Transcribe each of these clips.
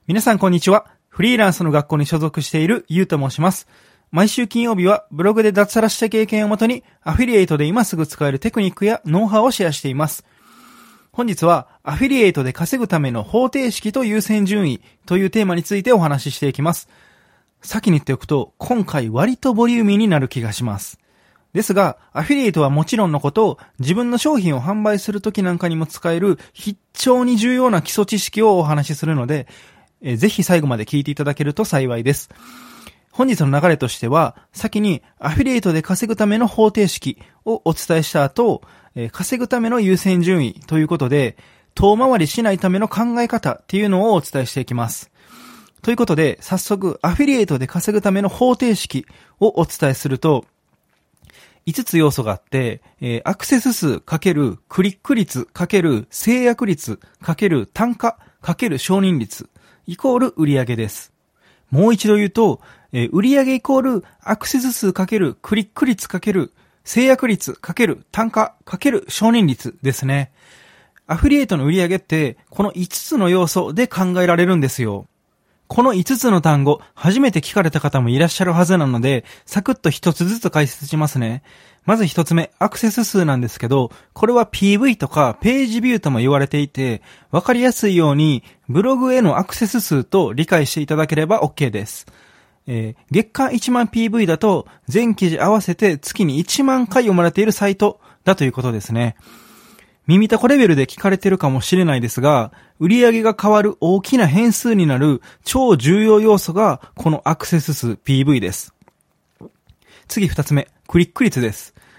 皆さんこんにちは。フリーランスの学校に所属しているゆうと申します。毎週金曜日はブログで脱サラした経験をもとにアフィリエイトで今すぐ使えるテクニックやノウハウをシェアしています。本日はアフィリエイトで稼ぐための方程式と優先順位というテーマについてお話ししていきます。先に言っておくと今回割とボリューミーになる気がします。ですが、アフィリエイトはもちろんのこと、自分の商品を販売するときなんかにも使える非常に重要な基礎知識をお話しするので、ぜひ最後まで聞いていただけると幸いです。本日の流れとしては、先にアフィリエイトで稼ぐための方程式をお伝えした後、稼ぐための優先順位ということで、遠回りしないための考え方っていうのをお伝えしていきます。ということで、早速アフィリエイトで稼ぐための方程式をお伝えすると、5つ要素があって、アクセス数×クリック率×制約率×単価×承認率イコール売上です。もう一度言うと、売上イコールアクセス数×クリック率×制約率×単価×承認率ですね。アフィリエイトの売上ってこの5つの要素で考えられるんですよ。この5つの単語、初めて聞かれた方もいらっしゃるはずなので、サクッと1つずつ解説しますね。まず1つ目、アクセス数なんですけど、これは PV とかページビューとも言われていて、わかりやすいように、ブログへのアクセス数と理解していただければ OK です。月間1万 PV だと、全記事合わせて月に1万回読まれているサイトだということですね。耳たこレベルで聞かれてるかもしれないですが、売上が変わる大きな変数になる超重要要素がこのアクセス数 PV です。次2つ目、クリック率です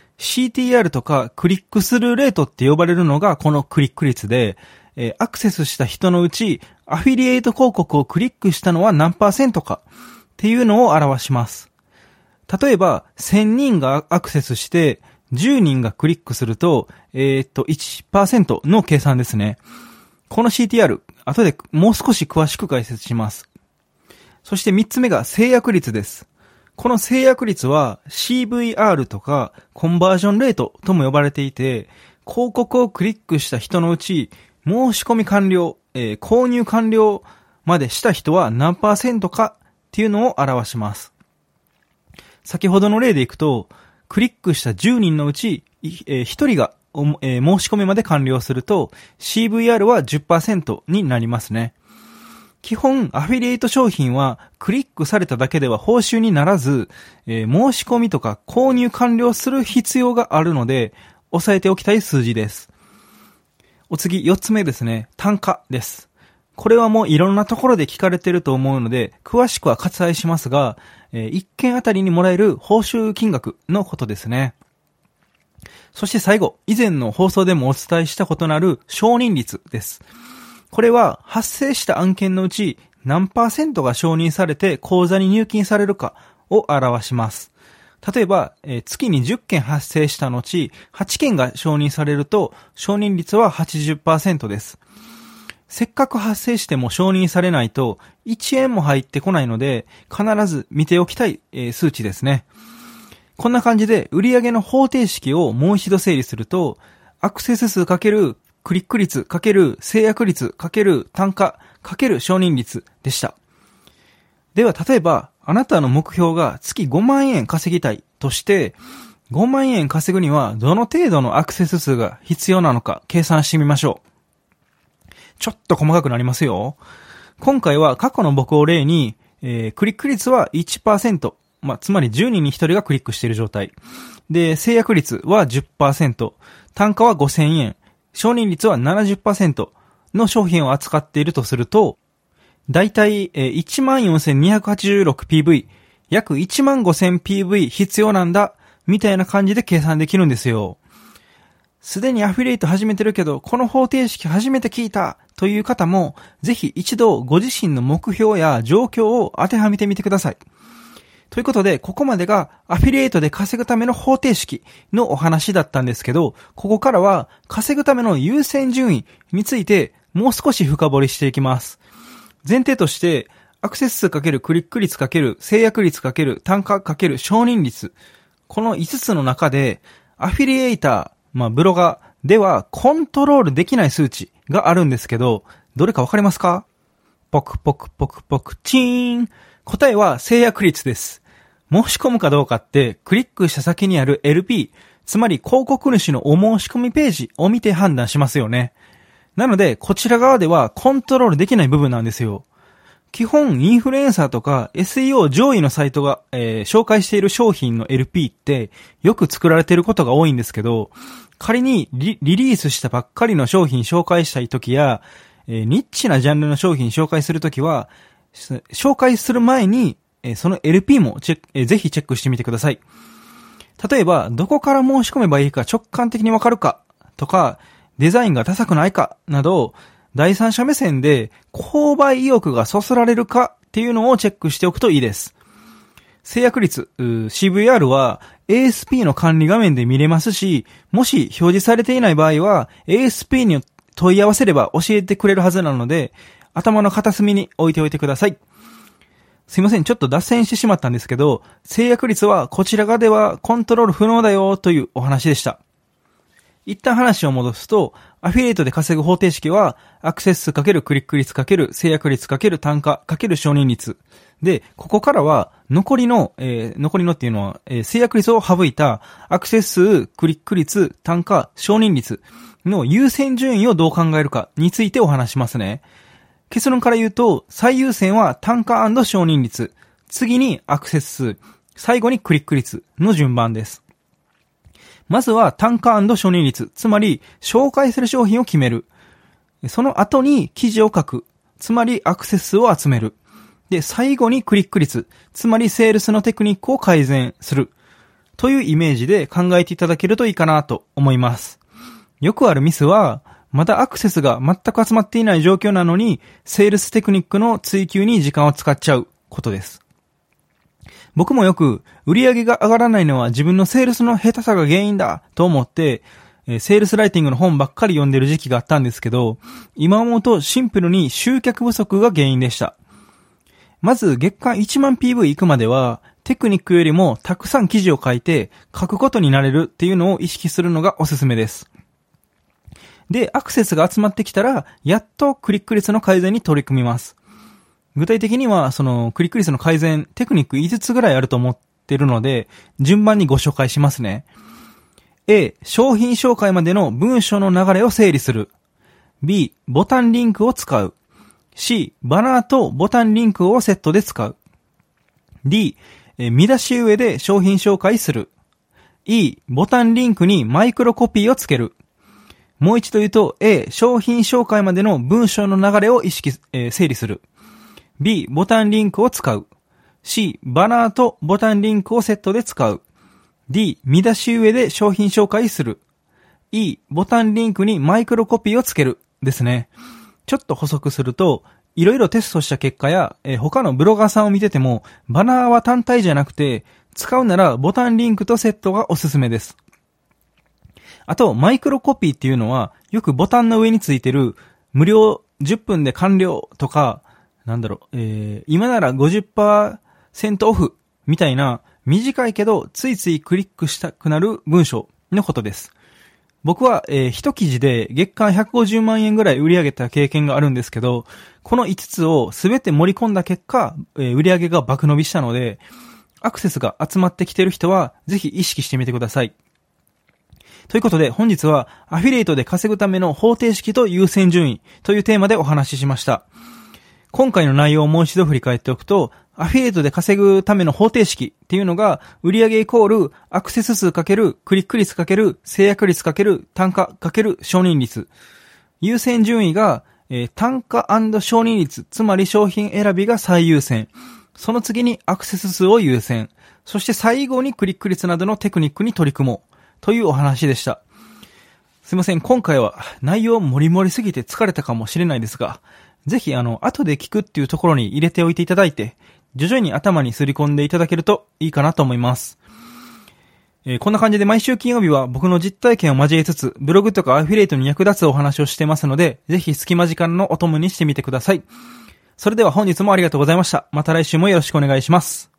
。CTR とかクリックスルーレートって呼ばれるのがこのクリック率で、アクセスした人のうちアフィリエイト広告をクリックしたのは何%かっていうのを表します。例えば1000人がアクセスして10人がクリックすると、1% の計算ですね。この CTR、後でもう少し詳しく解説します。そして3つ目が制約率です。この制約率は CVR とかコンバージョンレートとも呼ばれていて、広告をクリックした人のうち、申し込み完了、購入完了までした人は何%かっていうのを表します。先ほどの例でいくと、クリックした10人のうち、1人が申し込みまで完了すると CVR は 10% になりますね。基本アフィリエイト商品はクリックされただけでは報酬にならず、申し込みとか購入完了する必要があるので押さえておきたい数字です。お次4つ目ですね、単価です。これはもういろんなところで聞かれていると思うので詳しくは割愛しますが、1件あたりにもらえる報酬金額のことですね。そして最後、以前の放送でもお伝えしたことのある承認率です。これは発生した案件のうち何%が承認されて口座に入金されるかを表します。例えば、月に10件発生した後、8件が承認されると承認率は 80% です。せっかく発生しても承認されないと1円も入ってこないので必ず見ておきたい、数値ですね。こんな感じで売上の方程式をもう一度整理すると、アクセス数×クリック率×制約率×単価×承認率でした。では例えばあなたの目標が月5万円稼ぎたいとして5万円稼ぐにはどの程度のアクセス数が必要なのか計算してみましょう。ちょっと細かくなりますよ。今回は過去の僕を例に、クリック率は 1%、つまり10人に1人がクリックしている状態。で、制約率は 10%、単価は5000円、承認率は 70% の商品を扱っているとすると、だいたい 14,286PV、約 15,000PV 必要なんだ、みたいな感じで計算できるんですよ。すでにアフィリエイト始めてるけど、この方程式初めて聞いたという方も、ぜひ一度ご自身の目標や状況を当てはめてみてください。ということで、ここまでがアフィリエイトで稼ぐための方程式のお話だったんですけど、ここからは稼ぐための優先順位についてもう少し深掘りしていきます。前提として、アクセス数×クリック率×制約率×単価×承認率。この5つの中で、アフィリエイター、ブロガーではコントロールできない数値があるんですけど、どれかわかりますか？ ポクポクポクポクチーン。答えは制約率です。申し込むかどうかってクリックした先にある LP、つまり広告主のお申し込みページを見て判断しますよね。なのでこちら側ではコントロールできない部分なんですよ。基本インフルエンサーとか SEO 上位のサイトが、紹介している商品の LP ってよく作られていることが多いんですけど、仮にリリースしたばっかりの商品紹介したいときや、ニッチなジャンルの商品紹介するときは、紹介する前に、その LP もぜひチェックしてみてください。例えば、どこから申し込めばいいか直感的にわかるかとか、デザインがダサくないかなど、第三者目線で購買意欲がそそられるかっていうのをチェックしておくといいです。制約率、CVR は ASP の管理画面で見れますし、もし表示されていない場合は ASP に問い合わせれば教えてくれるはずなので、頭の片隅に置いておいてください。すいません、ちょっと脱線してしまったんですけど、制約率はこちら側ではコントロール不能だよというお話でした。一旦話を戻すと、アフィリエイトで稼ぐ方程式は、アクセス数×クリック率×制約率×単価×承認率。で、ここからは、残りのっていうのは、制約率を省いた、アクセス数、クリック率、単価、承認率の優先順位をどう考えるかについてお話しますね。結論から言うと、最優先は単価&承認率。次にアクセス数。最後にクリック率の順番です。まずは単価&承認率、つまり紹介する商品を決める。その後に記事を書く、つまりアクセス数を集める。で、最後にクリック率、つまりセールスのテクニックを改善する。というイメージで考えていただけるといいかなと思います。よくあるミスは、まだアクセスが全く集まっていない状況なのに、セールステクニックの追求に時間を使っちゃうことです。僕もよく売り上げが上がらないのは自分のセールスの下手さが原因だと思って、セールスライティングの本ばっかり読んでる時期があったんですけど、今思うとシンプルに集客不足が原因でした。まず月間1万 PV 行くまでは、テクニックよりもたくさん記事を書いて書くことになれるっていうのを意識するのがおすすめです。で、アクセスが集まってきたら、やっとクリック率の改善に取り組みます。具体的には、そのクリック率の改善、テクニック5つぐらいあると思ってるので、順番にご紹介しますね。A、商品紹介までの文章の流れを整理する。B、ボタンリンクを使う。C、バナーとボタンリンクをセットで使う。D、見出し上で商品紹介する。E、ボタンリンクにマイクロコピーをつける。もう一度言うと、A、商品紹介までの文章の流れを整理する。B、ボタンリンクを使う。C、バナーとボタンリンクをセットで使う。D、見出し上で商品紹介する。E、ボタンリンクにマイクロコピーをつける。ですね。ちょっと補足すると、いろいろテストした結果や、他のブロガーさんを見てても、バナーは単体じゃなくて、使うならボタンリンクとセットがおすすめです。あと、マイクロコピーっていうのは、よくボタンの上についてる、無料10分で完了とか、今なら 50% オフみたいな短いけどついついクリックしたくなる文章のことです。僕は、一記事で月間150万円ぐらい売り上げた経験があるんですけど、この5つをすべて盛り込んだ結果、売り上げが爆伸びしたので、アクセスが集まってきている人はぜひ意識してみてください。ということで本日はアフィリエイトで稼ぐための方程式と優先順位というテーマでお話ししました。今回の内容をもう一度振り返っておくと、アフィリエイトで稼ぐための方程式っていうのが、売上イコールアクセス数×クリック率×制約率×単価×承認率。優先順位が、単価&承認率、つまり商品選びが最優先。その次にアクセス数を優先。そして最後にクリック率などのテクニックに取り組もう。というお話でした。すいません、今回は内容盛り盛りすぎて疲れたかもしれないですが、ぜひ後で聞くっていうところに入れておいていただいて、徐々に頭にすり込んでいただけるといいかなと思います。こんな感じで毎週金曜日は僕の実体験を交えつつ、ブログとかアフィリエイトに役立つお話をしてますので、ぜひ隙間時間のお供にしてみてください。それでは本日もありがとうございました。また来週もよろしくお願いします。